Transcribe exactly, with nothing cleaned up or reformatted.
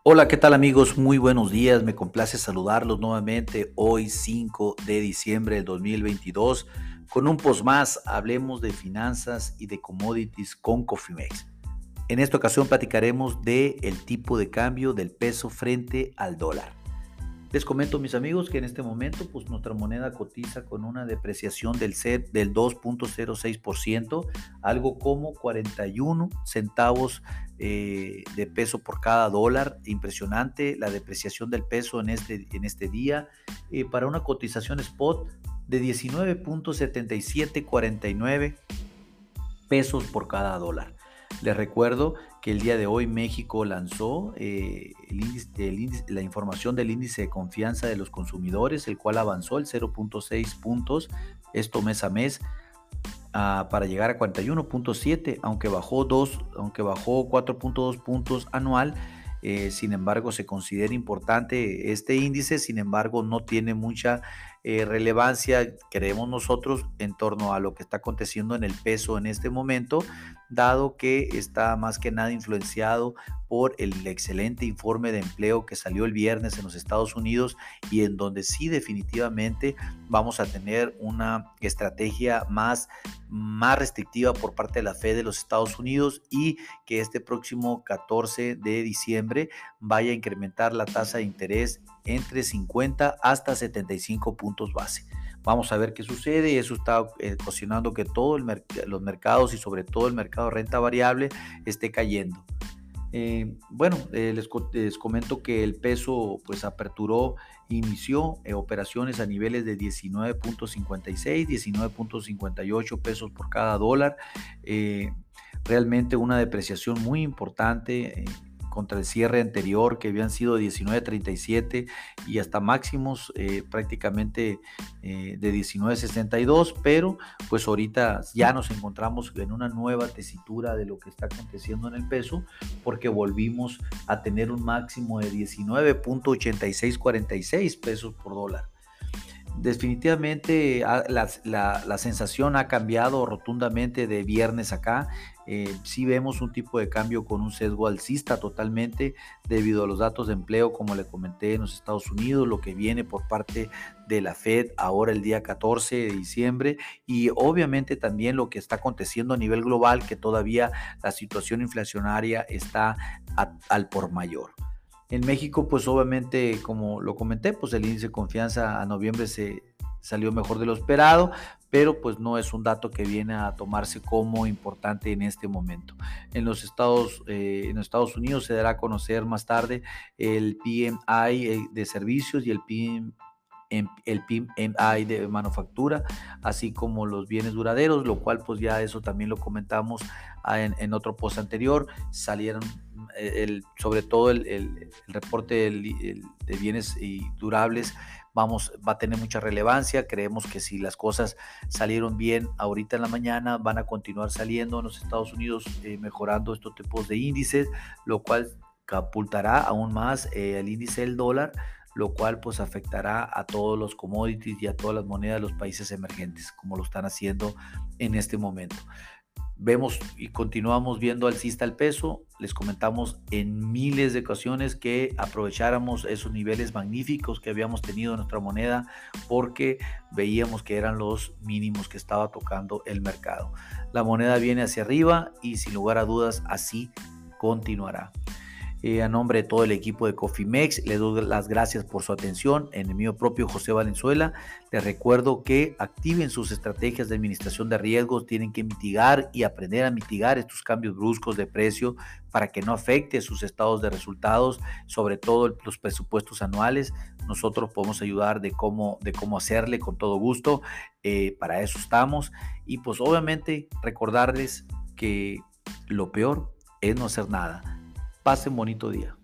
Hola, ¿qué tal amigos? Muy buenos días, me complace saludarlos nuevamente hoy cinco de diciembre del dos mil veintidós con un post más, hablemos de finanzas y de commodities con Cofimex. En esta ocasión platicaremos de el tipo de cambio del peso frente al dólar. Les comento, mis amigos, que en este momento pues, nuestra moneda cotiza con una depreciación del C E P del dos punto cero seis por ciento, algo como cuarenta y uno centavos eh, de peso por cada dólar. Impresionante la depreciación del peso en este, en este día eh, para una cotización spot de diecinueve punto setenta y siete cuarenta y nueve pesos por cada dólar. Les recuerdo que el día de hoy México lanzó eh, el índice, el índice, la información del índice de confianza de los consumidores, el cual avanzó el cero punto seis puntos, esto mes a mes, uh, para llegar a cuarenta y uno punto siete, aunque bajó, dos, aunque bajó cuatro punto dos puntos anual. Eh, sin embargo, se considera importante este índice, sin embargo, no tiene mucha eh, relevancia, creemos nosotros, en torno a lo que está aconteciendo en el peso en este momento, dado que está más que nada influenciado por el excelente informe de empleo que salió el viernes en los Estados Unidos y en donde sí definitivamente vamos a tener una estrategia más, más restrictiva por parte de la Fed de los Estados Unidos y que este próximo catorce de diciembre vaya a incrementar la tasa de interés entre cincuenta hasta setenta y cinco puntos base. Vamos a ver qué sucede y eso está eh, ocasionando que todos merc- los mercados y sobre todo el mercado de renta variable esté cayendo. Eh, bueno, eh, les, les comento que el peso pues aperturó, inició eh, operaciones a niveles de diecinueve punto cincuenta y seis, diecinueve punto cincuenta y ocho pesos por cada dólar. Eh, realmente una depreciación muy importante. Eh, contra el cierre anterior que habían sido diecinueve treinta y siete y hasta máximos eh, prácticamente eh, de diecinueve sesenta y dos, pero pues ahorita ya nos encontramos en una nueva tesitura de lo que está aconteciendo en el peso porque volvimos a tener un máximo de diecinueve punto ochenta y seis cuarenta y seis pesos por dólar. Definitivamente la, la, la sensación ha cambiado rotundamente de viernes acá. Eh, sí vemos un tipo de cambio con un sesgo alcista totalmente debido a los datos de empleo, como le comenté, en los Estados Unidos, lo que viene por parte de la Fed ahora el día catorce de diciembre y obviamente también lo que está aconteciendo a nivel global, que todavía la situación inflacionaria está a, al por mayor. En México, pues obviamente, como lo comenté, pues el índice de confianza a noviembre se salió mejor de lo esperado, pero pues no es un dato que viene a tomarse como importante en este momento. En los Estados, eh, en los Estados Unidos se dará a conocer más tarde el P M I de servicios y el P M I el P M I de manufactura, así como los bienes duraderos, lo cual pues ya eso también lo comentamos en, en otro post anterior. Salieron el, sobre todo el, el, el reporte del, el, de bienes y durables vamos, va a tener mucha relevancia. Creemos que si las cosas salieron bien ahorita en la mañana, van a continuar saliendo en los Estados Unidos, eh, mejorando estos tipos de índices, lo cual catapultará aún más eh, el índice del dólar, lo cual pues afectará a todos los commodities y a todas las monedas de los países emergentes, como lo están haciendo en este momento. Vemos y continuamos viendo alcista el peso. Les comentamos en miles de ocasiones que aprovecháramos esos niveles magníficos que habíamos tenido en nuestra moneda porque veíamos que eran los mínimos que estaba tocando el mercado. La moneda viene hacia arriba y sin lugar a dudas así continuará. Eh, a nombre de todo el equipo de Cofimex, les doy las gracias por su atención. En el mío propio, José Valenzuela, les recuerdo que activen sus estrategias de administración de riesgos. Tienen que mitigar y aprender a mitigar estos cambios bruscos de precio para que no afecte sus estados de resultados, sobre todo los presupuestos anuales. Nosotros podemos ayudar de cómo, de cómo hacerle con todo gusto. Eh, para eso estamos. Y pues obviamente recordarles que lo peor es no hacer nada. Pasen bonito día.